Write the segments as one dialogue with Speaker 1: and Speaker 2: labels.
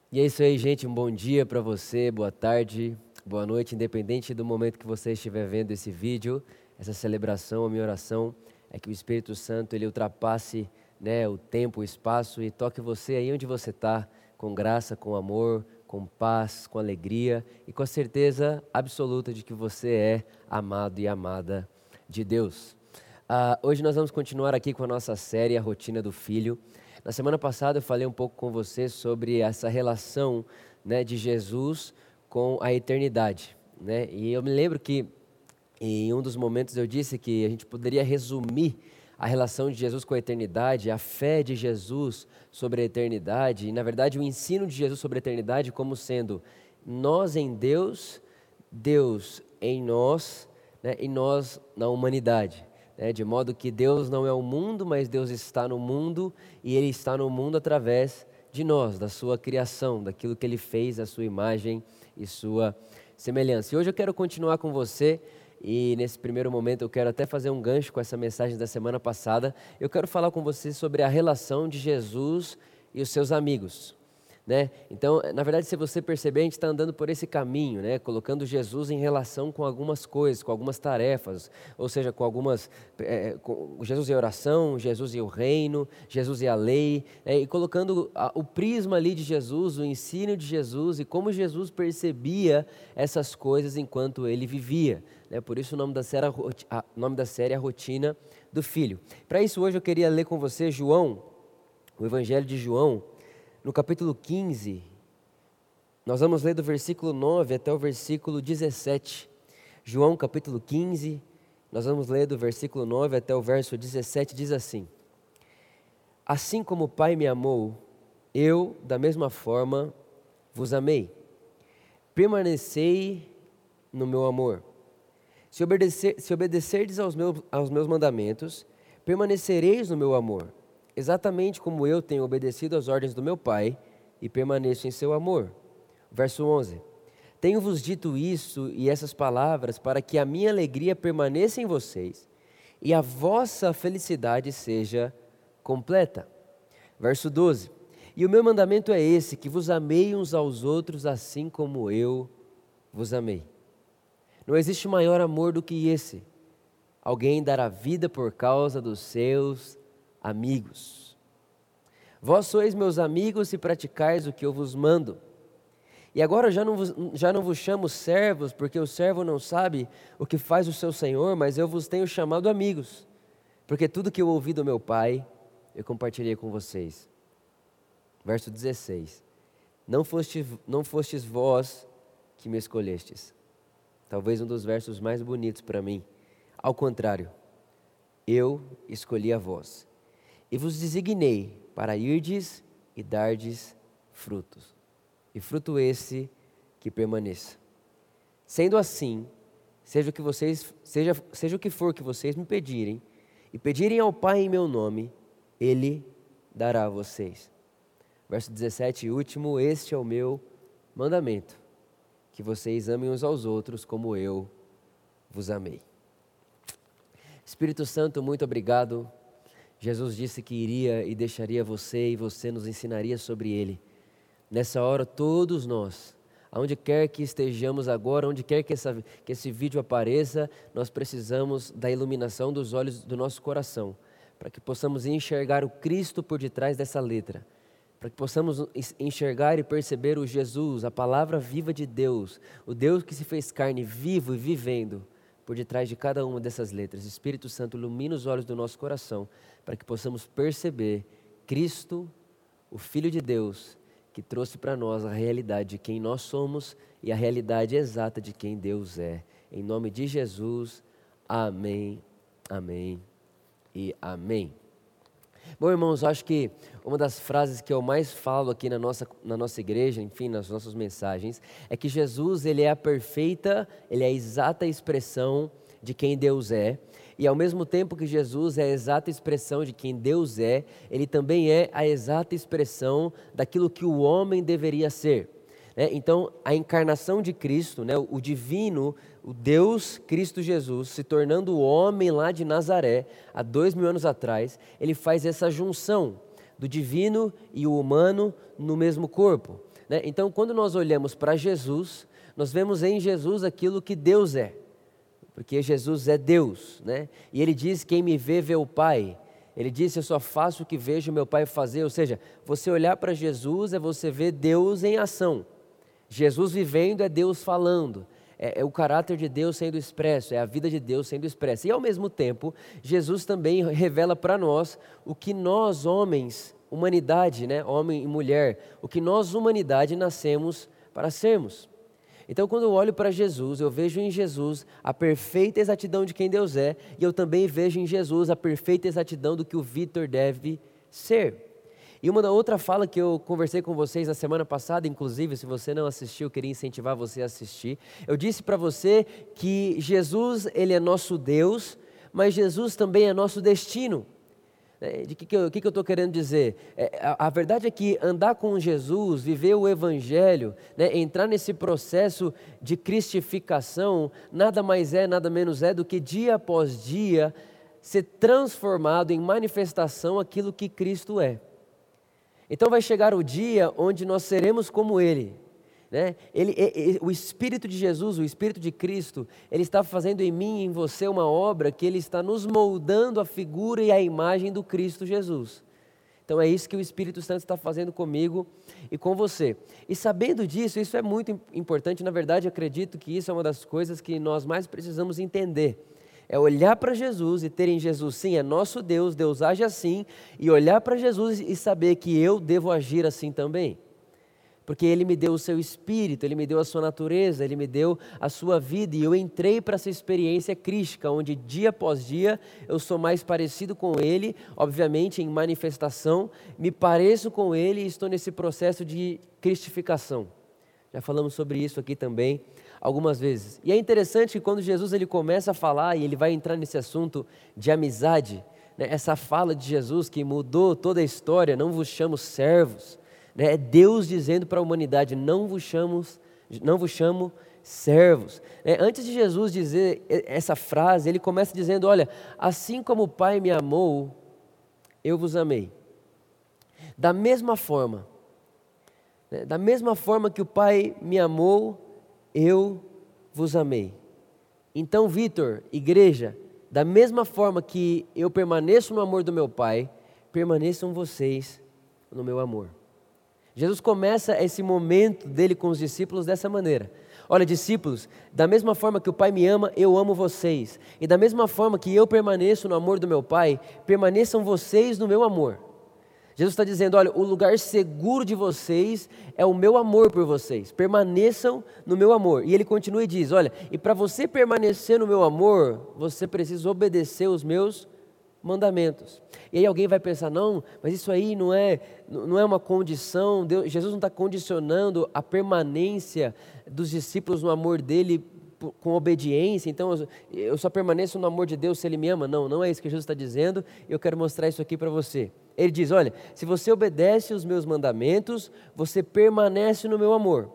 Speaker 1: E é isso aí, gente. Um bom dia para você, boa tarde, boa noite, independente do momento que você estiver vendo esse vídeo, essa celebração. A minha oração é que o Espírito Santo ele ultrapasse, o tempo, o espaço e toque você aí onde você está, com graça, com amor, com paz, com alegria e com a certeza absoluta de que você é amado e amada de Deus. Hoje nós vamos continuar aqui com a nossa série A Rotina do Filho. Na semana passada eu falei um pouco com você sobre essa relação, de Jesus com a eternidade, E eu me lembro que em um dos momentos eu disse que a gente poderia resumir a relação de Jesus com a eternidade, a fé de Jesus sobre a eternidade e, na verdade, o ensino de Jesus sobre a eternidade como sendo nós em Deus, Deus em nós, e nós na humanidade. De modo que Deus não é o mundo, mas Deus está no mundo e Ele está no mundo através de nós, da sua criação, daquilo que Ele fez, a sua imagem e sua semelhança. E hoje eu quero continuar com você e nesse primeiro momento eu quero até fazer um gancho com essa mensagem da semana passada. Eu quero falar com você sobre a relação de Jesus e os seus amigos. Então, na verdade, se você perceber, a gente está andando por esse caminho, colocando Jesus em relação com algumas coisas, com algumas tarefas, ou seja, com algumas, com Jesus e a oração, Jesus e o reino, Jesus e a lei, e colocando o prisma ali de Jesus, o ensino de Jesus e como Jesus percebia essas coisas enquanto ele vivia. Por isso o nome da série é A Rotina do Filho. Para isso, hoje eu queria ler com você João, o Evangelho de João, no capítulo 15, nós vamos ler do versículo 9 até o versículo 17. João, capítulo 15, nós vamos ler do versículo 9 até o verso 17, diz assim: Assim como o Pai me amou, eu, da mesma forma, vos amei. Permanecei no meu amor. Se obedecerdes aos meus mandamentos, permanecereis no meu amor. Exatamente como eu tenho obedecido às ordens do meu Pai e permaneço em seu amor. Verso 11. Tenho-vos dito isso e essas palavras para que a minha alegria permaneça em vocês e a vossa felicidade seja completa. Verso 12. E o meu mandamento é esse, que vos amei uns aos outros assim como eu vos amei. Não existe maior amor do que esse. Alguém dar a vida por causa dos seus amigos. Vós sois meus amigos se praticais o que eu vos mando. E agora já não vos chamo servos, porque o servo não sabe o que faz o seu senhor, mas eu vos tenho chamado amigos, porque tudo que eu ouvi do meu Pai, eu compartilhei com vocês. Verso 16. Não fostes vós que me escolhestes. Talvez um dos versos mais bonitos para mim. Ao contrário, eu escolhi a vós. E vos designei para irdes e dardes frutos, e fruto esse que permaneça. Sendo assim, seja o que for que vocês me pedirem, e pedirem ao Pai em meu nome, Ele dará a vocês. Verso 17 e último, este é o meu mandamento, que vocês amem uns aos outros como eu vos amei. Espírito Santo, muito obrigado. Jesus disse que iria e deixaria você e você nos ensinaria sobre Ele. Nessa hora, todos nós, aonde quer que estejamos agora, onde quer que esse vídeo apareça, nós precisamos da iluminação dos olhos do nosso coração, para que possamos enxergar o Cristo por detrás dessa letra, para que possamos enxergar e perceber o Jesus, a palavra viva de Deus, o Deus que se fez carne vivo e vivendo, por detrás de cada uma dessas letras. Espírito Santo, ilumina os olhos do nosso coração, para que possamos perceber Cristo, o Filho de Deus, que trouxe para nós a realidade de quem nós somos e a realidade exata de quem Deus é. Em nome de Jesus, amém, amém e amém. Bom, irmãos, eu acho que uma das frases que eu mais falo aqui na nossa igreja, enfim, nas nossas mensagens, é que Jesus, ele é a exata expressão de quem Deus é, e ao mesmo tempo que Jesus é a exata expressão de quem Deus é, ele também é a exata expressão daquilo que o homem deveria ser. Então, a encarnação de Cristo, o divino, o Deus Cristo Jesus, se tornando o homem lá de Nazaré, há 2000 anos atrás, ele faz essa junção do divino e o humano no mesmo corpo. né? Então, quando nós olhamos para Jesus, nós vemos em Jesus aquilo que Deus é, porque Jesus é Deus, né? E Ele diz, quem me vê, vê o Pai. Ele disse, eu só faço o que vejo meu Pai fazer. Ou seja, você olhar para Jesus é você ver Deus em ação. Jesus vivendo é Deus falando. É o caráter de Deus sendo expresso, é a vida de Deus sendo expressa. E ao mesmo tempo, Jesus também revela para nós o que nós homens, humanidade, né, homem e mulher, o que nós humanidade nascemos para sermos. Então quando eu olho para Jesus, eu vejo em Jesus a perfeita exatidão de quem Deus é, e eu também vejo em Jesus a perfeita exatidão do que o Vitor deve ser. E uma outra fala que eu conversei com vocês na semana passada, inclusive, se você não assistiu, eu queria incentivar você a assistir. Eu disse para você que Jesus, Ele é nosso Deus, mas Jesus também é nosso destino. De que eu estou querendo dizer? A verdade é que andar com Jesus, viver o Evangelho, né, entrar nesse processo de cristificação, nada mais é, nada menos é do que dia após dia ser transformado em manifestação aquilo que Cristo é. Então vai chegar o dia onde nós seremos como Ele, né? O Espírito de Jesus, o Espírito de Cristo, Ele está fazendo em mim e em você uma obra que Ele está nos moldando a figura e a imagem do Cristo Jesus. Então é isso que o Espírito Santo está fazendo comigo e com você. E sabendo disso, isso é muito importante, na verdade acredito que isso é uma das coisas que nós mais precisamos entender. É olhar para Jesus e ter em Jesus, sim, é nosso Deus, Deus age assim, e olhar para Jesus e saber que eu devo agir assim também. Porque Ele me deu o seu Espírito, Ele me deu a sua natureza, Ele me deu a sua vida, e eu entrei para essa experiência crística, onde dia após dia eu sou mais parecido com Ele, obviamente em manifestação, me pareço com Ele e estou nesse processo de cristificação. Já falamos sobre isso aqui também algumas vezes. E é interessante que quando Jesus ele começa a falar, e ele vai entrar nesse assunto de amizade, né, essa fala de Jesus que mudou toda a história, não vos chamo servos, né, é Deus dizendo para a humanidade, não vos chamo servos. Antes de Jesus dizer essa frase, ele começa dizendo, olha, assim como o Pai me amou, eu vos amei. Da mesma forma que o Pai me amou, eu vos amei. Então, Vitor, igreja, da mesma forma que eu permaneço no amor do meu Pai, permaneçam vocês no meu amor. Jesus começa esse momento dele com os discípulos dessa maneira. Olha, discípulos, da mesma forma que o Pai me ama, eu amo vocês. E da mesma forma que eu permaneço no amor do meu Pai, permaneçam vocês no meu amor. Jesus está dizendo, olha, o lugar seguro de vocês é o meu amor por vocês. Permaneçam no meu amor. E ele continua e diz, olha, e para você permanecer no meu amor, você precisa obedecer os meus mandamentos. E aí alguém vai pensar, não, mas isso aí não é uma condição, Jesus não está condicionando a permanência dos discípulos no amor dele com obediência, então eu só permaneço no amor de Deus se Ele me ama. Não é isso que Jesus está dizendo, eu quero mostrar isso aqui para você. Ele diz, olha, se você obedece os meus mandamentos, você permanece no meu amor,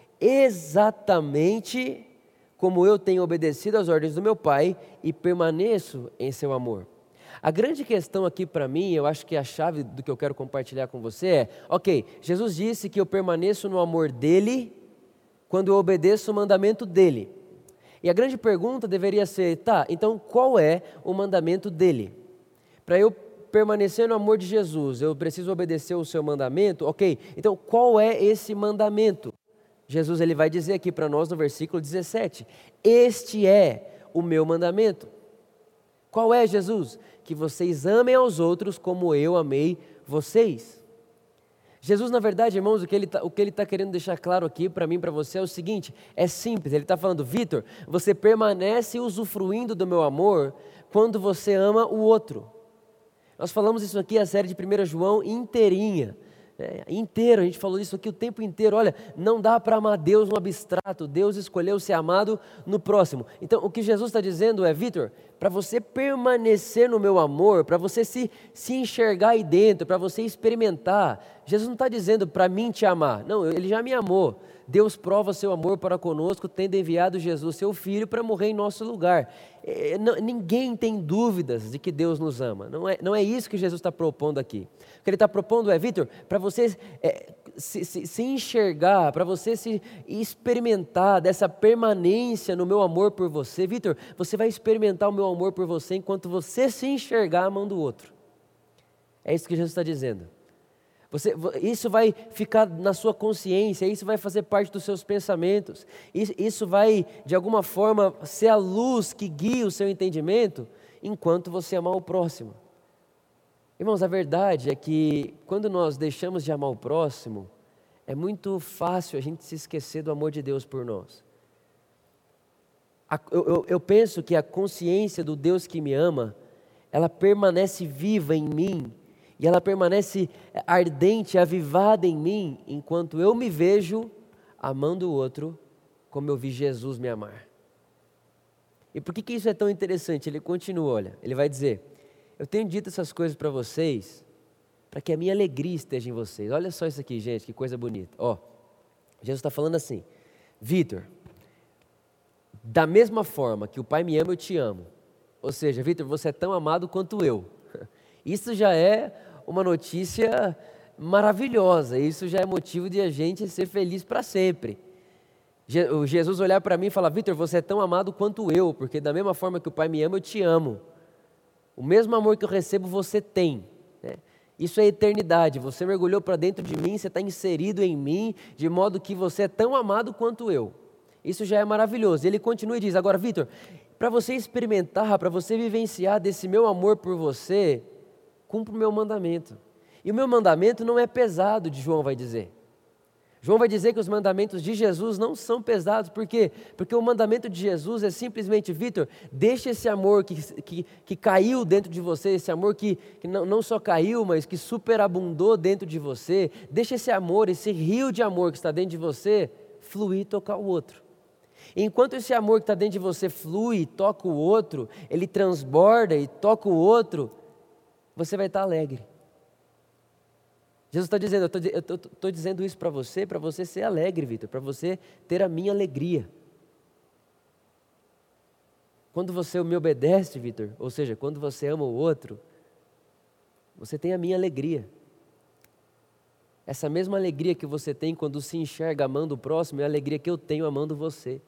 Speaker 1: exatamente como eu tenho obedecido às ordens do meu Pai e permaneço em seu amor. A grande questão aqui para mim, eu acho que a chave do que eu quero compartilhar com você é, ok, Jesus disse que eu permaneço no amor dEle quando eu obedeço o mandamento dEle. E a grande pergunta deveria ser, tá, então qual é o mandamento dEle? Para eu permanecer no amor de Jesus, eu preciso obedecer o seu mandamento? Ok, então qual é esse mandamento? Jesus ele vai dizer aqui para nós no versículo 17, este é o meu mandamento. Qual é, Jesus? Que vocês amem aos outros como eu amei vocês. Jesus, na verdade, irmãos, o que ele está querendo deixar claro aqui para mim e para você é o seguinte, é simples, ele está falando, Vitor, você permanece usufruindo do meu amor quando você ama o outro. Nós falamos isso aqui, a série de 1 João inteirinha, inteiro, a gente falou isso aqui o tempo inteiro, olha, não dá para amar Deus no abstrato, Deus escolheu ser amado no próximo. Então, o que Jesus está dizendo é, Vitor, para você permanecer no meu amor, para você se enxergar aí dentro, para você experimentar, Jesus não está dizendo para mim te amar, não, Ele já me amou. Deus prova seu amor para conosco, tendo enviado Jesus, seu Filho, para morrer em nosso lugar. Ninguém tem dúvidas de que Deus nos ama. Não é isso que Jesus está propondo aqui. O que Ele está propondo é, Vitor, para você se enxergar, para você se experimentar dessa permanência no meu amor por você, Vitor, você vai experimentar o meu amor por você enquanto você se enxergar amando o outro. É isso que Jesus está dizendo. Isso vai ficar na sua consciência, isso vai fazer parte dos seus pensamentos, isso vai, de alguma forma, ser a luz que guia o seu entendimento, enquanto você amar o próximo. Irmãos, a verdade é que quando nós deixamos de amar o próximo, é muito fácil a gente se esquecer do amor de Deus por nós. Eu penso que a consciência do Deus que me ama, ela permanece viva em mim, e ela permanece ardente, avivada em mim, enquanto eu me vejo amando o outro como eu vi Jesus me amar. E por que isso é tão interessante? Ele continua, olha, ele vai dizer: eu tenho dito essas coisas para vocês, para que a minha alegria esteja em vocês. Olha só isso aqui, gente, que coisa bonita. Ó, Jesus está falando assim: Vitor, da mesma forma que o Pai me ama, eu te amo. Ou seja, Vitor, você é tão amado quanto eu. Isso já é uma notícia maravilhosa, isso já é motivo de a gente ser feliz para sempre. Jesus olhar para mim e falar: Vitor, você é tão amado quanto eu, porque da mesma forma que o Pai me ama, eu te amo. O mesmo amor que eu recebo, você tem. Né? Isso é eternidade, você mergulhou para dentro de mim, você está inserido em mim, de modo que você é tão amado quanto eu. Isso já é maravilhoso. Ele continua e diz: agora, Vitor, para você experimentar, para você vivenciar desse meu amor por você, cumpra o meu mandamento. E o meu mandamento não é pesado, João vai dizer. João vai dizer que os mandamentos de Jesus não são pesados. Por quê? Porque o mandamento de Jesus é simplesmente: Vitor, deixa esse amor que caiu dentro de você, esse amor que não só caiu, mas que superabundou dentro de você, deixa esse amor, esse rio de amor que está dentro de você, fluir e tocar o outro. Enquanto esse amor que está dentro de você flui e toca o outro, ele transborda e toca o outro, você vai estar alegre. Jesus está dizendo: eu estou dizendo isso para você ser alegre, Vitor, para você ter a minha alegria. Quando você me obedece, Vitor, ou seja, quando você ama o outro, você tem a minha alegria. Essa mesma alegria que você tem quando se enxerga amando o próximo é a alegria que eu tenho amando você.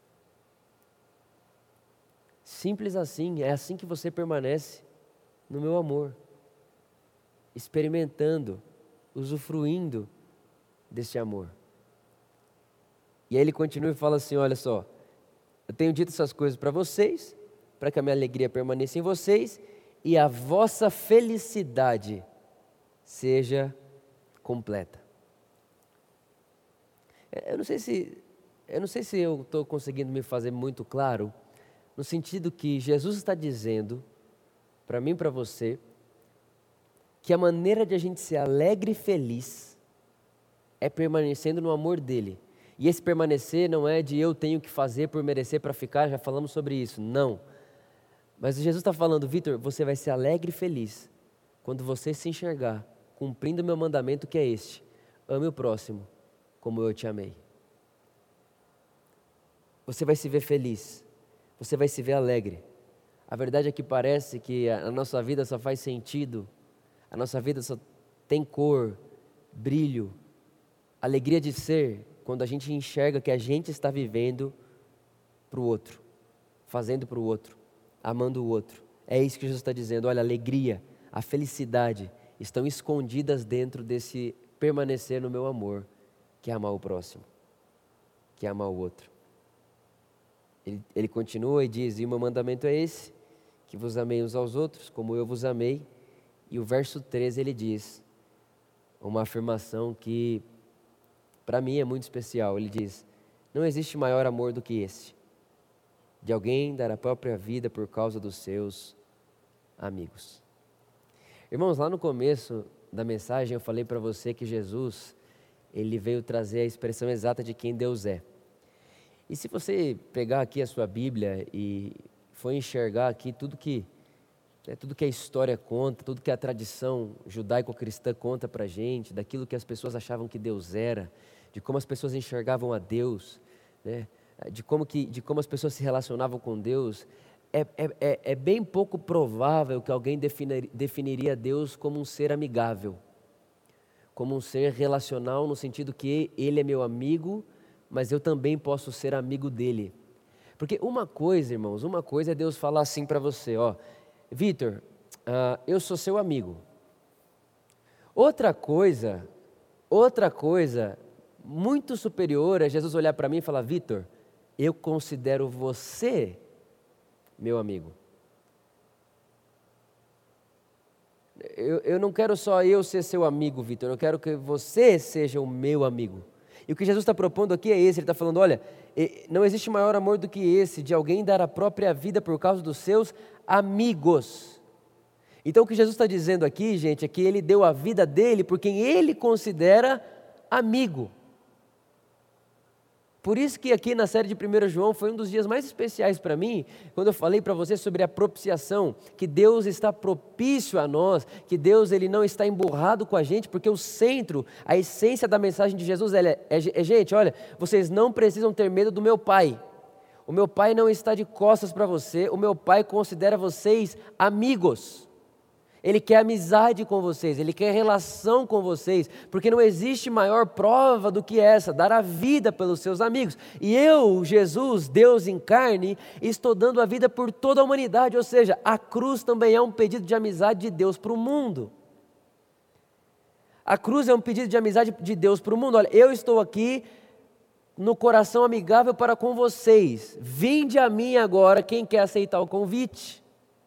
Speaker 1: Simples assim, é assim que você permanece no meu amor, experimentando, usufruindo desse amor. E aí ele continua e fala assim: olha só, eu tenho dito essas coisas para vocês, para que a minha alegria permaneça em vocês e a vossa felicidade seja completa. Eu não sei se eu estou conseguindo me fazer muito claro, no sentido que Jesus está dizendo para mim e para você, que a maneira de a gente ser alegre e feliz é permanecendo no amor dele. E esse permanecer não é de eu tenho que fazer por merecer para ficar, já falamos sobre isso, não. Mas Jesus está falando: Vitor, você vai ser alegre e feliz quando você se enxergar cumprindo o meu mandamento, que é este: ame o próximo como eu te amei. Você vai se ver feliz, você vai se ver alegre. A verdade é que parece que a nossa vida só faz sentido, a nossa vida só tem cor, brilho, alegria de ser, quando a gente enxerga que a gente está vivendo para o outro, fazendo para o outro, amando o outro. É isso que Jesus está dizendo: olha, a alegria, a felicidade estão escondidas dentro desse permanecer no meu amor, que é amar o próximo, que é amar o outro. Ele continua e diz: e o meu mandamento é esse, que vos amei uns aos outros, como eu vos amei. E o verso 13 ele diz uma afirmação que para mim é muito especial. Ele diz: não existe maior amor do que esse, de alguém dar a própria vida por causa dos seus amigos. Irmãos, lá no começo da mensagem eu falei para você que Jesus, ele veio trazer a expressão exata de quem Deus é. E se você pegar aqui a sua Bíblia e for enxergar aqui tudo que a história conta, tudo que a tradição judaico-cristã conta para a gente, daquilo que as pessoas achavam que Deus era, de como as pessoas enxergavam a Deus, né? de como as pessoas se relacionavam com Deus, é bem pouco provável que alguém definiria Deus como um ser amigável, como um ser relacional no sentido que ele é meu amigo, mas eu também posso ser amigo dele. Porque uma coisa, irmãos, uma coisa é Deus falar assim para você, ó, Vitor, eu sou seu amigo. Outra coisa muito superior é Jesus olhar para mim e falar, Vitor, eu considero você meu amigo. Eu não quero só eu ser seu amigo, Vitor, eu quero que você seja o meu amigo. E o que Jesus está propondo aqui é esse, ele está falando, olha, não existe maior amor do que esse, de alguém dar a própria vida por causa dos seus amigos. Então o que Jesus está dizendo aqui, gente, é que ele deu a vida dele por quem ele considera amigo. Por isso que aqui na série de 1 João foi um dos dias mais especiais para mim, quando eu falei para você sobre a propiciação, que Deus está propício a nós, que Deus ele não está emburrado com a gente, porque o centro, a essência da mensagem de Jesus gente, olha, vocês não precisam ter medo do meu Pai. O meu Pai não está de costas para você, o meu Pai considera vocês amigos. Ele quer amizade com vocês, Ele quer relação com vocês, porque não existe maior prova do que essa, dar a vida pelos seus amigos. E eu, Jesus, Deus em carne, estou dando a vida por toda a humanidade, ou seja, a cruz também é um pedido de amizade de Deus para o mundo. A cruz é um pedido de amizade de Deus para o mundo. Olha, eu estou aqui no coração amigável para com vocês. Vinde a mim agora quem quer aceitar o convite.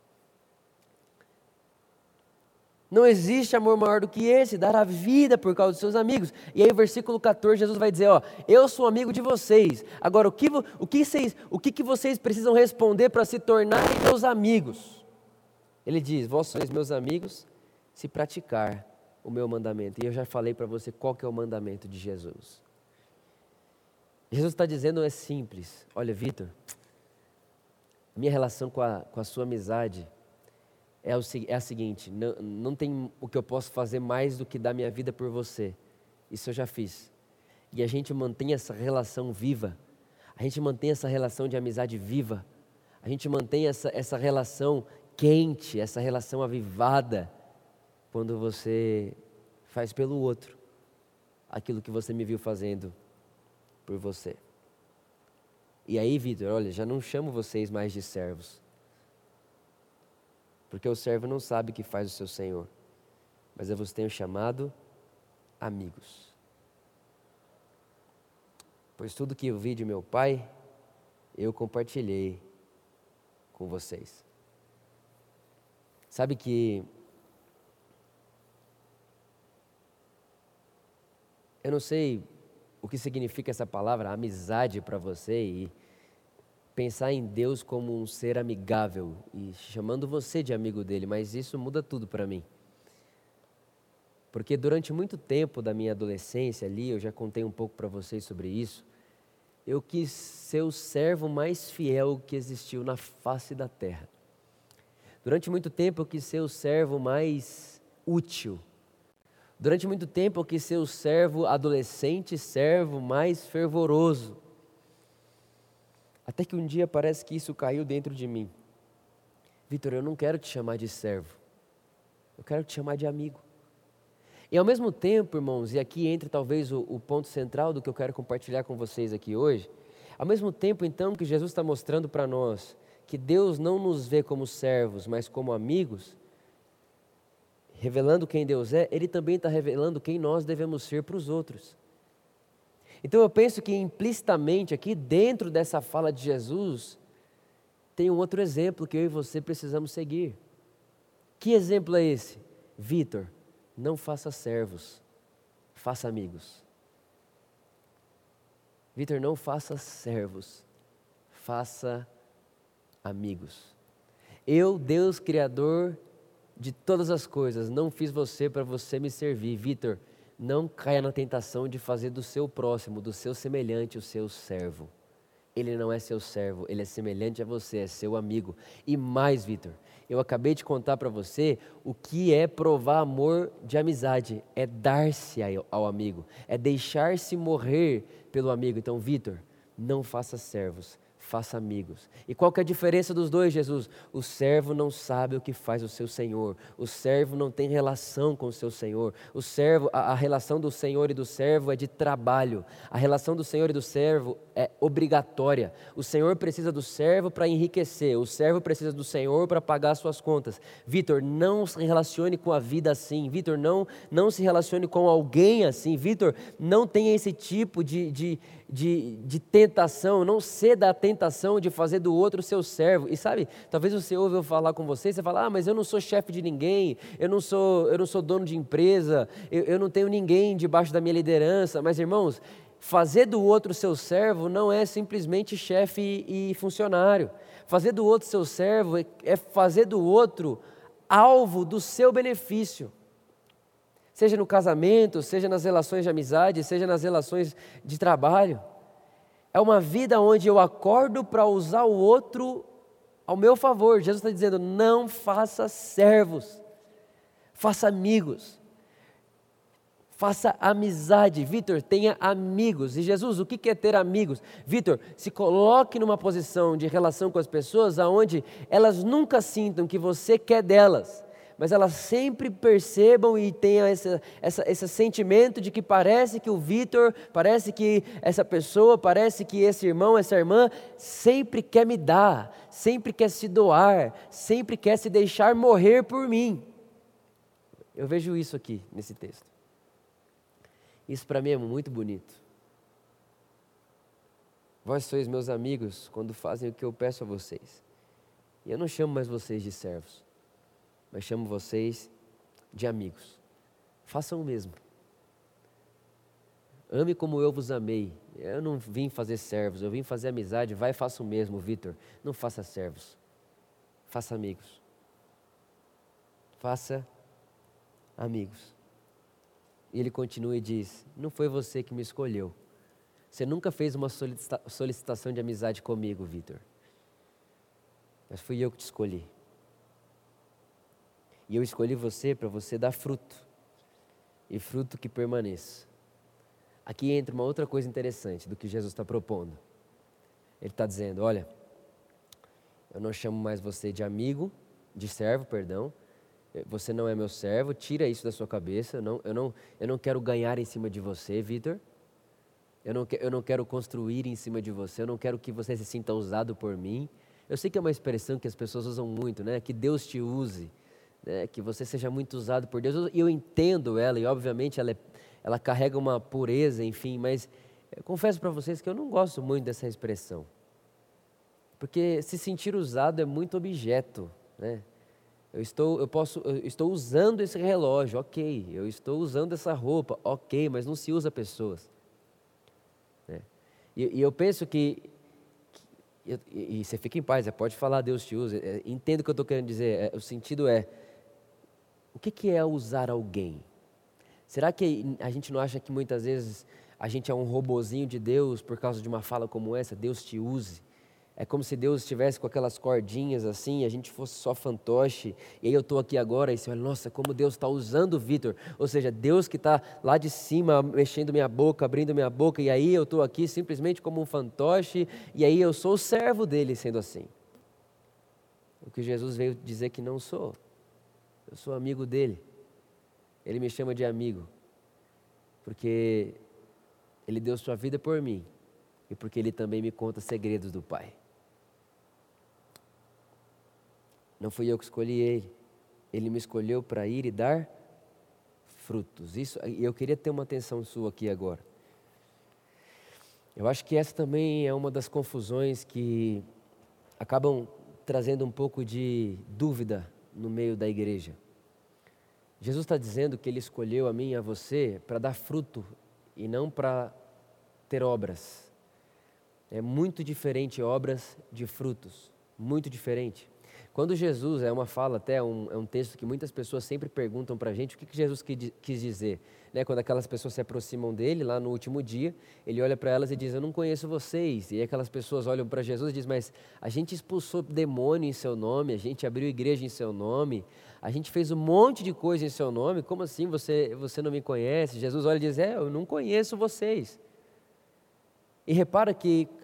Speaker 1: Não existe amor maior do que esse, dar a vida por causa dos seus amigos. E aí o versículo 14, Jesus vai dizer, ó, eu sou amigo de vocês. Agora, o que vocês precisam responder para se tornarem meus amigos? Ele diz, vós sois meus amigos se praticar o meu mandamento. E eu já falei para você qual que é o mandamento de Jesus. Jesus está dizendo, é simples. Olha, Vitor, minha relação com a sua amizade é a seguinte, não tem o que eu posso fazer mais do que dar minha vida por você. Isso eu já fiz. E a gente mantém essa relação viva. A gente mantém essa relação de amizade viva. A gente mantém essa relação quente, essa relação avivada, quando você faz pelo outro aquilo que você me viu fazendo por você. E aí, Vitor, olha, já não chamo vocês mais de servos. Porque o servo não sabe o que faz o seu senhor, mas eu vos tenho chamado amigos. Pois tudo que eu vi de meu Pai, eu compartilhei com vocês. Sabe que eu não sei o que significa essa palavra, amizade para você, e pensar em Deus como um ser amigável e chamando você de amigo dele, mas isso muda tudo para mim. Porque durante muito tempo da minha adolescência ali, eu já contei um pouco para vocês sobre isso, eu quis ser o servo mais fiel que existiu na face da terra. Durante muito tempo eu quis ser o servo mais útil. Durante muito tempo eu quis ser o servo adolescente, servo mais fervoroso. Até que um dia parece que isso caiu dentro de mim. Vitor, eu não quero te chamar de servo. Eu quero te chamar de amigo. E ao mesmo tempo, irmãos, e aqui entra talvez o ponto central do que eu quero compartilhar com vocês aqui hoje. Ao mesmo tempo, então, que Jesus está mostrando para nós que Deus não nos vê como servos, mas como amigos, revelando quem Deus é, Ele também está revelando quem nós devemos ser para os outros. Então eu penso que implicitamente aqui dentro dessa fala de Jesus, tem um outro exemplo que eu e você precisamos seguir. Que exemplo é esse? Vitor, não faça servos, faça amigos. Vitor, não faça servos, faça amigos. Eu, Deus Criador de todas as coisas, não fiz você para você me servir. Vitor, não caia na tentação de fazer do seu próximo, do seu semelhante, o seu servo. Ele não é seu servo, ele é semelhante a você, é seu amigo. E mais, Vitor, eu acabei de contar para você o que é provar amor de amizade. É dar-se ao amigo, é deixar-se morrer pelo amigo. Então, Vitor, não faça servos, faça amigos. E qual que é a diferença dos dois, Jesus? O servo não sabe o que faz o seu senhor. O servo não tem relação com o seu senhor. O servo, a relação do senhor e do servo é de trabalho. A relação do senhor e do servo é obrigatória. O senhor precisa do servo para enriquecer. O servo precisa do senhor para pagar suas contas. Vitor, não se relacione com a vida assim. Vitor, não se relacione com alguém assim. Vitor, não tenha esse tipo de tentação, não ceda à tentação de fazer do outro seu servo. E sabe, talvez você ouve eu falar com você fala, mas eu não sou chefe de ninguém, eu não sou dono de empresa, eu não tenho ninguém debaixo da minha liderança. Mas irmãos, fazer do outro seu servo não é simplesmente chefe e funcionário. Fazer do outro seu servo é fazer do outro alvo do seu benefício. Seja no casamento, seja nas relações de amizade, seja nas relações de trabalho. É uma vida onde eu acordo para usar o outro ao meu favor. Jesus está dizendo, não faça servos, faça amigos, faça amizade. Vitor, tenha amigos. E Jesus, o que é ter amigos? Vitor, se coloque numa posição de relação com as pessoas onde elas nunca sintam que você quer delas, mas elas sempre percebam e tenham esse sentimento de que parece que o Vitor, parece que essa pessoa, parece que esse irmão, essa irmã, sempre quer me dar, sempre quer se doar, sempre quer se deixar morrer por mim. Eu vejo isso aqui nesse texto. Isso para mim é muito bonito. Vós sois meus amigos quando fazem o que eu peço a vocês. E eu não chamo mais vocês de servos, mas chamo vocês de amigos. Façam o mesmo. Ame como eu vos amei. Eu não vim fazer servos, eu vim fazer amizade. Vai, faça o mesmo, Vitor. Não faça servos. Faça amigos. Faça amigos. E ele continua e diz, não foi você que me escolheu. Você nunca fez uma solicitação de amizade comigo, Vitor. Mas fui eu que te escolhi. E eu escolhi você para você dar fruto, e fruto que permaneça. Aqui entra uma outra coisa interessante do que Jesus está propondo. Ele está dizendo, olha, eu não chamo mais você de amigo, de servo, perdão. Você não é meu servo, tira isso da sua cabeça. Eu não quero ganhar em cima de você, Vitor. Eu não quero construir em cima de você, eu não quero que você se sinta usado por mim. Eu sei que é uma expressão que as pessoas usam muito, né? Que Deus te use. Que você seja muito usado por Deus, e eu entendo ela, e obviamente ela carrega uma pureza, enfim, mas eu confesso para vocês que eu não gosto muito dessa expressão, porque se sentir usado é muito objeto, né? Eu estou usando esse relógio, ok, eu estou usando essa roupa, ok, mas não se usa pessoas, né? E eu penso que e você fica em paz, pode falar, Deus te usa, entendo o que eu estou querendo dizer, o sentido é, o que é usar alguém? Será que a gente não acha que muitas vezes a gente é um robozinho de Deus por causa de uma fala como essa, Deus te use? É como se Deus estivesse com aquelas cordinhas assim, a gente fosse só fantoche, e aí eu estou aqui agora e você olha, nossa, como Deus está usando o Vitor, ou seja, Deus que está lá de cima mexendo minha boca, abrindo minha boca, e aí eu estou aqui simplesmente como um fantoche, e aí eu sou o servo dele sendo assim. O que Jesus veio dizer que não sou. Eu sou amigo dele. Ele me chama de amigo, porque ele deu sua vida por mim, e porque ele também me conta segredos do Pai. Não fui eu que escolhi ele, ele me escolheu para ir e dar frutos. Isso, e eu queria ter uma atenção sua aqui agora. Eu acho que essa também é uma das confusões que acabam trazendo um pouco de dúvida no meio da igreja. Jesus está dizendo que Ele escolheu a mim e a você para dar fruto e não para ter obras. É muito diferente obras de frutos, muito diferente. Quando Jesus, é uma fala até, é um texto que muitas pessoas sempre perguntam para a gente, o que Jesus quis dizer? Né? Quando aquelas pessoas se aproximam dele, lá no último dia, ele olha para elas e diz, eu não conheço vocês. E aí aquelas pessoas olham para Jesus e dizem, mas a gente expulsou demônio em seu nome, a gente abriu igreja em seu nome, a gente fez um monte de coisa em seu nome, como assim você não me conhece? Jesus olha e diz, eu não conheço vocês. E repara que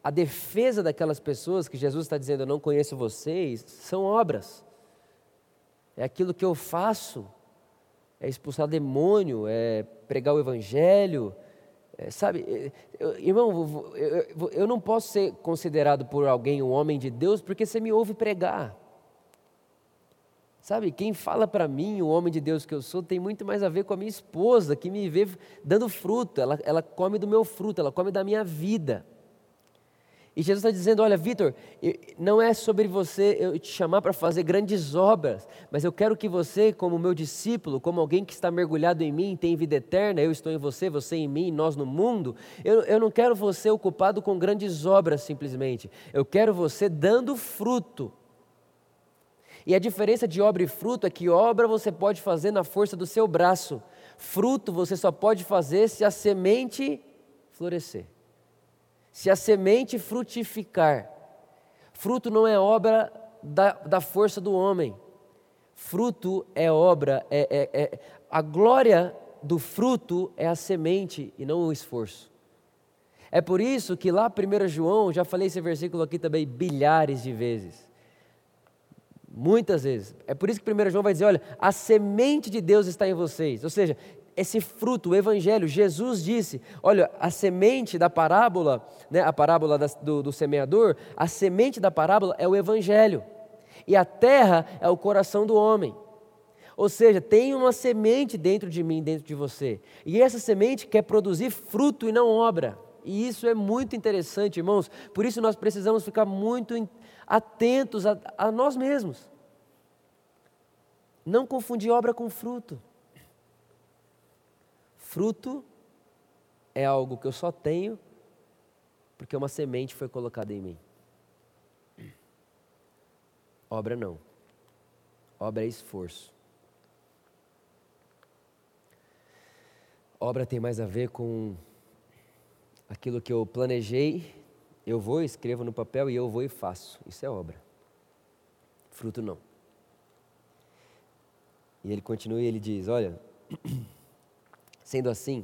Speaker 1: a defesa daquelas pessoas que Jesus está dizendo, eu não conheço vocês, são obras. É aquilo que eu faço, é expulsar demônio, é pregar o evangelho, sabe? Irmão, eu não posso ser considerado por alguém um homem de Deus porque você me ouve pregar. Sabe, quem fala para mim, o homem de Deus que eu sou, tem muito mais a ver com a minha esposa, que me vê dando fruto, ela come do meu fruto, ela come da minha vida. E Jesus está dizendo, olha, Vitor, não é sobre você eu te chamar para fazer grandes obras, mas eu quero que você, como meu discípulo, como alguém que está mergulhado em mim, tem vida eterna, eu estou em você, você em mim, nós no mundo, eu não quero você ocupado com grandes obras simplesmente, eu quero você dando fruto. E a diferença de obra e fruto é que obra você pode fazer na força do seu braço. Fruto você só pode fazer se a semente florescer. Se a semente frutificar. Fruto não é obra da força do homem. Fruto é obra, a glória do fruto é a semente e não o esforço. É por isso que lá 1 João, já falei esse versículo aqui também bilhares de vezes. Muitas vezes. É por isso que 1 João vai dizer, olha, a semente de Deus está em vocês. Ou seja, esse fruto, o evangelho, Jesus disse, olha, a semente da parábola, né, a parábola do semeador, a semente da parábola é o evangelho. E a terra é o coração do homem. Ou seja, tem uma semente dentro de mim, dentro de você. E essa semente quer produzir fruto e não obra. E isso é muito interessante, irmãos. Por isso nós precisamos ficar muito atentos a nós mesmos. Não confundir obra com fruto. Fruto é algo que eu só tenho porque uma semente foi colocada em mim. Obra não. Obra é esforço. Obra tem mais a ver com aquilo que eu planejei, eu vou, escrevo no papel e eu vou e faço. Isso é obra. Fruto não. E ele continua e ele diz, olha, sendo assim,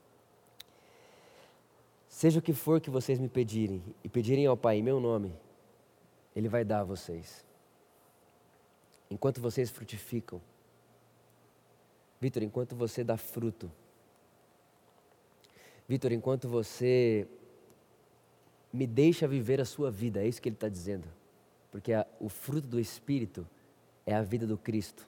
Speaker 1: seja o que for que vocês me pedirem, e pedirem ao Pai em meu nome, Ele vai dar a vocês. Enquanto vocês frutificam. Vitor, enquanto você dá fruto. Vitor, enquanto você me deixa viver a sua vida, é isso que ele está dizendo. Porque o fruto do Espírito é a vida do Cristo.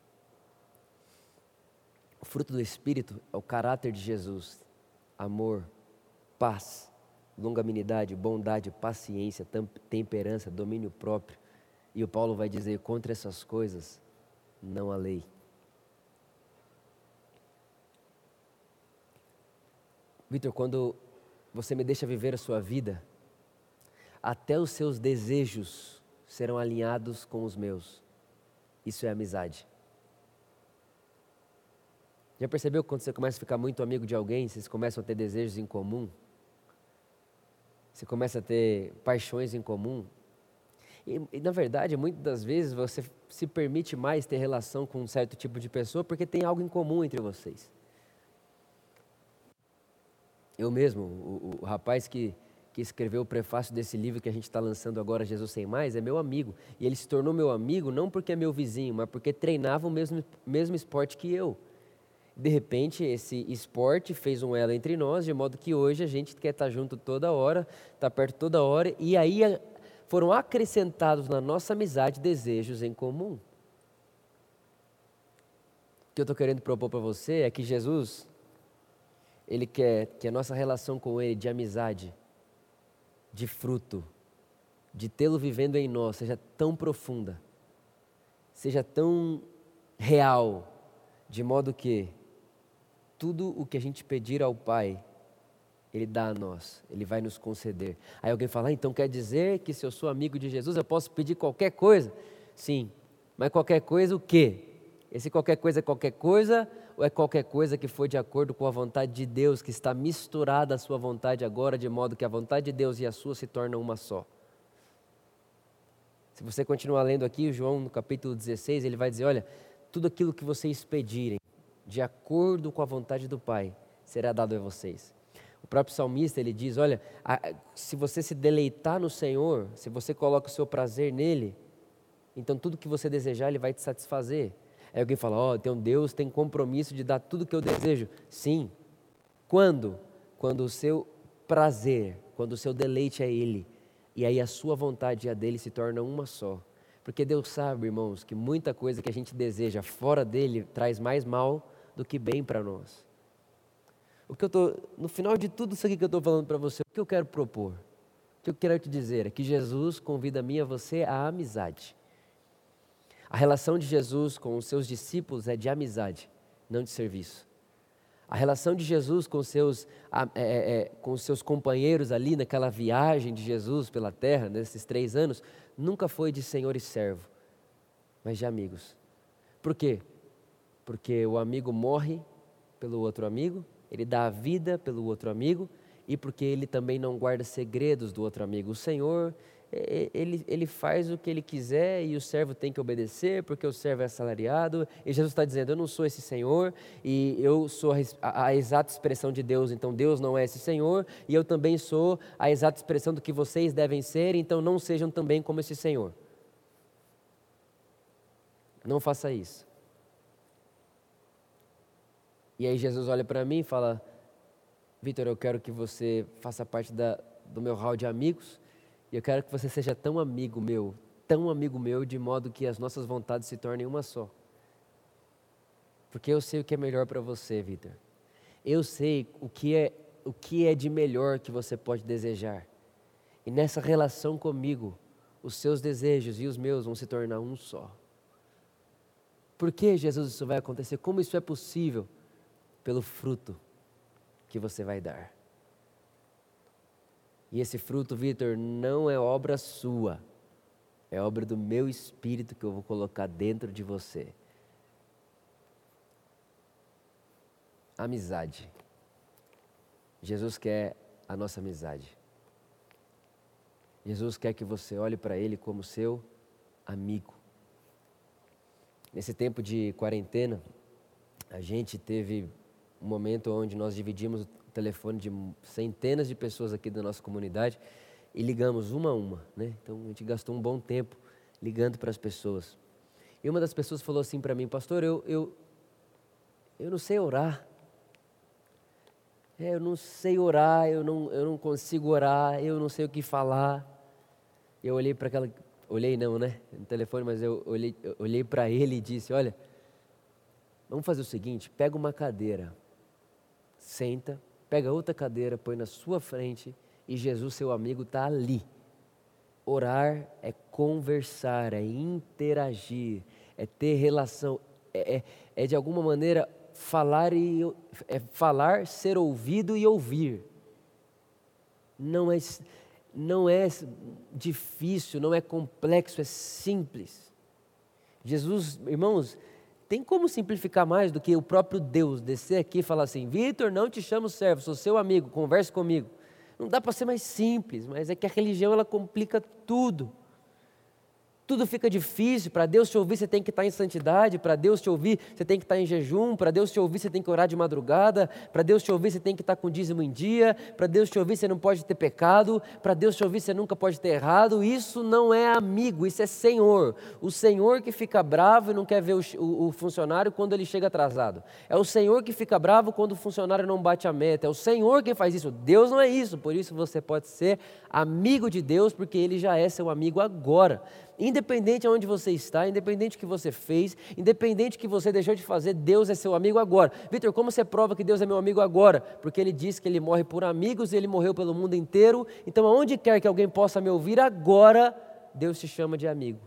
Speaker 1: O fruto do Espírito é o caráter de Jesus. Amor, paz, longanimidade, bondade, paciência, temperança, domínio próprio. E o Paulo vai dizer, contra essas coisas, não há lei. Vitor, quando você me deixa viver a sua vida, até os seus desejos serão alinhados com os meus. Isso é amizade. Já percebeu que quando você começa a ficar muito amigo de alguém, vocês começam a ter desejos em comum? Você começa a ter paixões em comum? E na verdade, muitas das vezes você se permite mais ter relação com um certo tipo de pessoa porque tem algo em comum entre vocês. Eu mesmo, o rapaz que escreveu o prefácio desse livro que a gente está lançando agora, Jesus Sem Mais, é meu amigo. E ele se tornou meu amigo não porque é meu vizinho, mas porque treinava o mesmo esporte que eu. De repente, esse esporte fez um elo entre nós, de modo que hoje a gente quer estar junto toda hora, estar perto toda hora, e aí foram acrescentados na nossa amizade desejos em comum. O que eu estou querendo propor para você é que Jesus, Ele quer que a nossa relação com Ele de amizade, de fruto, de tê-lo vivendo em nós, seja tão profunda, seja tão real, de modo que tudo o que a gente pedir ao Pai, Ele dá a nós, Ele vai nos conceder. Aí alguém fala, então quer dizer que se eu sou amigo de Jesus, eu posso pedir qualquer coisa? Sim, mas qualquer coisa o quê? Esse qualquer coisa é qualquer coisa, ou é qualquer coisa que for de acordo com a vontade de Deus, que está misturada à sua vontade agora, de modo que a vontade de Deus e a sua se tornam uma só. Se você continuar lendo aqui, João no capítulo 16, ele vai dizer, olha, tudo aquilo que vocês pedirem, de acordo com a vontade do Pai, será dado a vocês. O próprio salmista, ele diz, olha, se você se deleitar no Senhor, se você coloca o seu prazer nele, então tudo que você desejar, ele vai te satisfazer. Aí alguém fala, então Deus tem compromisso de dar tudo que eu desejo. Sim. Quando? Quando o seu prazer, quando o seu deleite é ele, e aí a sua vontade e a dele se tornam uma só. Porque Deus sabe, irmãos, que muita coisa que a gente deseja fora dele traz mais mal do que bem para nós. No final de tudo isso aqui que eu estou falando para você, o que eu quero propor? O que eu quero te dizer é que Jesus convida a mim e a você à amizade. A relação de Jesus com os seus discípulos é de amizade, não de serviço. A relação de Jesus com os seus companheiros ali naquela viagem de Jesus pela terra, nesses 3 anos, nunca foi de senhor e servo, mas de amigos. Por quê? Porque o amigo morre pelo outro amigo, ele dá a vida pelo outro amigo, e porque ele também não guarda segredos do outro amigo. O Senhor, ele faz o que ele quiser e o servo tem que obedecer, porque o servo é assalariado. E Jesus está dizendo, eu não sou esse Senhor, e eu sou a exata expressão de Deus, então Deus não é esse Senhor, e eu também sou a exata expressão do que vocês devem ser, então não sejam também como esse Senhor. Não faça isso. E aí Jesus olha para mim e fala, Vitor, eu quero que você faça parte do meu hall de amigos, e eu quero que você seja tão amigo meu, de modo que as nossas vontades se tornem uma só. Porque eu sei o que é melhor para você, Vitor. Eu sei o que é de melhor que você pode desejar. E nessa relação comigo, os seus desejos e os meus vão se tornar um só. Por que, Jesus, isso vai acontecer? Como isso é possível? Pelo fruto que você vai dar. E esse fruto, Vitor, não é obra sua, é obra do meu Espírito que eu vou colocar dentro de você. Amizade. Jesus quer a nossa amizade. Jesus quer que você olhe para Ele como seu amigo. Nesse tempo de quarentena, a gente teve um momento onde nós dividimos o telefone de centenas de pessoas aqui da nossa comunidade e ligamos uma a uma, né? Então a gente gastou um bom tempo ligando para as pessoas. E uma das pessoas falou assim para mim, pastor, eu não sei orar. Eu não sei orar, eu não consigo orar, eu não sei o que falar. Eu olhei para aquela, olhei não, né? No telefone, mas eu olhei para ele e disse, olha, vamos fazer o seguinte, pega uma cadeira, senta, pega outra cadeira, põe na sua frente e Jesus, seu amigo, está ali. Orar é conversar, é interagir, é ter relação, é de alguma maneira falar, ser ouvido e ouvir. Não é difícil, não é complexo, é simples. Jesus, irmãos, tem como simplificar mais do que o próprio Deus descer aqui e falar assim, Vitor, não te chamo servo, sou seu amigo, converse comigo. Não dá para ser mais simples, mas é que a religião ela complica tudo. Tudo fica difícil, para Deus te ouvir você tem que estar em santidade, para Deus te ouvir você tem que estar em jejum, para Deus te ouvir você tem que orar de madrugada, para Deus te ouvir você tem que estar com dízimo em dia, para Deus te ouvir você não pode ter pecado, para Deus te ouvir você nunca pode ter errado. Isso não é amigo, isso é Senhor. O Senhor que fica bravo e não quer ver o funcionário quando ele chega atrasado. É o Senhor que fica bravo quando o funcionário não bate a meta, é o Senhor quem faz isso. Deus não é isso, por isso você pode ser amigo de Deus, porque Ele já é seu amigo agora. Independente de onde você está, independente do que você fez, independente do que você deixou de fazer, Deus é seu amigo agora. Vitor, como você prova que Deus é meu amigo agora? Porque Ele disse que Ele morre por amigos e Ele morreu pelo mundo inteiro. Então, aonde quer que alguém possa me ouvir agora, Deus te chama de amigo.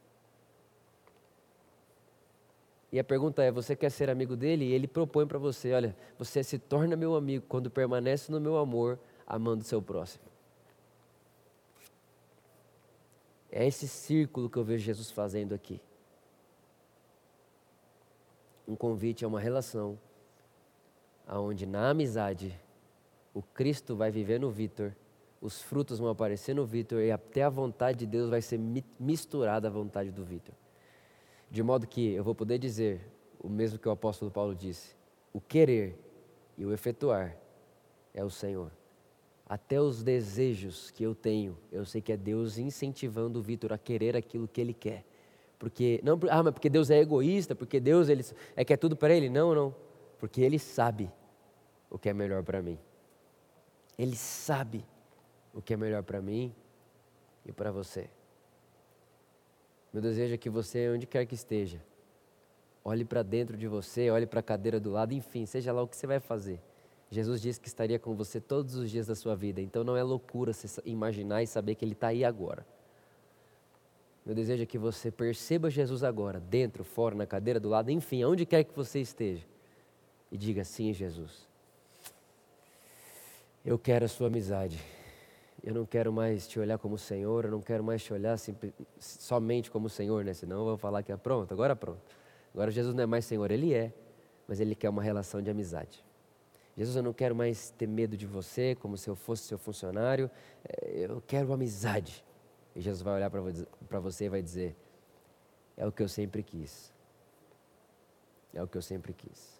Speaker 1: E a pergunta é, você quer ser amigo dele? E Ele propõe para você, olha, você se torna meu amigo quando permanece no meu amor, amando o seu próximo. É esse círculo que eu vejo Jesus fazendo aqui. Um convite a uma relação, onde na amizade, o Cristo vai viver no Vitor, os frutos vão aparecer no Vitor e até a vontade de Deus vai ser misturada à vontade do Vitor. De modo que eu vou poder dizer o mesmo que o apóstolo Paulo disse, o querer e o efetuar é o Senhor. Até os desejos que eu tenho, eu sei que é Deus incentivando o Vitor a querer aquilo que ele quer. Porque, não, mas porque Deus é egoísta, porque Deus quer tudo para ele. Não, não. Porque Ele sabe o que é melhor para mim. Ele sabe o que é melhor para mim e para você. Meu desejo é que você, onde quer que esteja, olhe para dentro de você, olhe para a cadeira do lado, enfim, seja lá o que você vai fazer. Jesus disse que estaria com você todos os dias da sua vida, então não é loucura você imaginar e saber que Ele está aí agora. Meu desejo é que você perceba Jesus agora, dentro, fora, na cadeira do lado, enfim, aonde quer que você esteja, e diga: sim, Jesus, eu quero a sua amizade. Eu não quero mais te olhar como Senhor, eu não quero mais te olhar somente como Senhor, né? Senão eu vou falar que é pronto, agora pronto. Agora Jesus não é mais Senhor, Ele é, mas Ele quer uma relação de amizade. Jesus, eu não quero mais ter medo de você, como se eu fosse seu funcionário, eu quero amizade. E Jesus vai olhar para você e vai dizer: é o que eu sempre quis. É o que eu sempre quis.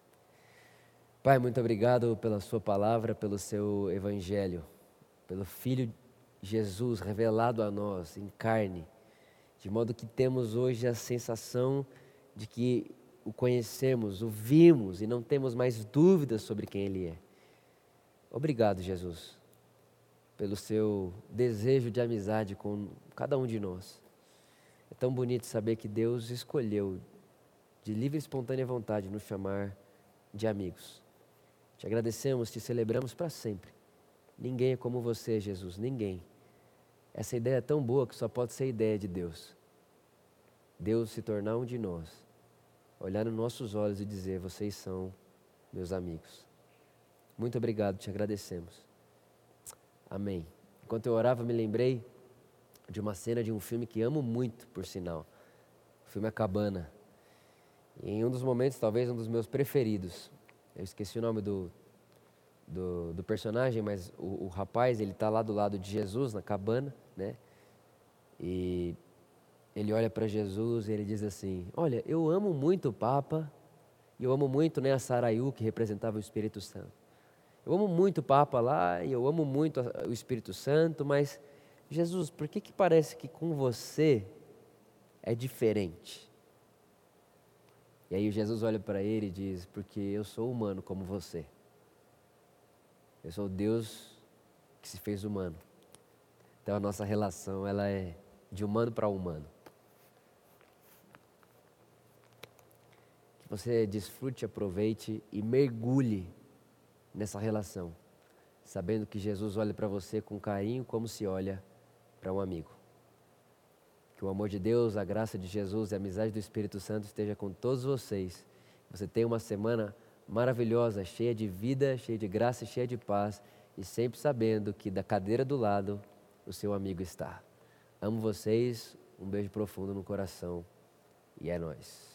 Speaker 1: Pai, muito obrigado pela sua palavra, pelo seu evangelho, pelo Filho Jesus revelado a nós em carne, de modo que temos hoje a sensação de que o conhecemos, o vimos e não temos mais dúvidas sobre quem Ele é. Obrigado, Jesus, pelo seu desejo de amizade com cada um de nós. É tão bonito saber que Deus escolheu, de livre e espontânea vontade, nos chamar de amigos. Te agradecemos, te celebramos para sempre. Ninguém é como você, Jesus, ninguém. Essa ideia é tão boa que só pode ser ideia de Deus. Deus se tornar um de nós, olhar nos nossos olhos e dizer: vocês são meus amigos. Muito obrigado, te agradecemos. Amém. Enquanto eu orava, me lembrei de uma cena de um filme que amo muito, por sinal. O filme A Cabana. E em um dos momentos, talvez um dos meus preferidos, eu esqueci o nome do personagem, mas o rapaz, ele está lá do lado de Jesus, na cabana, né? E ele olha para Jesus e ele diz assim: olha, eu amo muito o Papa, e eu amo muito, né, a Saraiu, que representava o Espírito Santo. Eu amo muito o Papa lá, e eu amo muito o Espírito Santo, mas, Jesus, por que parece que com você é diferente? E aí Jesus olha para ele e diz: porque eu sou humano como você. Eu sou Deus que se fez humano. Então a nossa relação, ela é de humano para humano. Que você desfrute, aproveite e mergulhe nessa relação, sabendo que Jesus olha para você com carinho como se olha para um amigo. Que o amor de Deus, a graça de Jesus e a amizade do Espírito Santo esteja com todos vocês. Você tenha uma semana maravilhosa, cheia de vida, cheia de graça e cheia de paz, e sempre sabendo que da cadeira do lado o seu amigo está. Amo vocês, um beijo profundo no coração, e é nóis.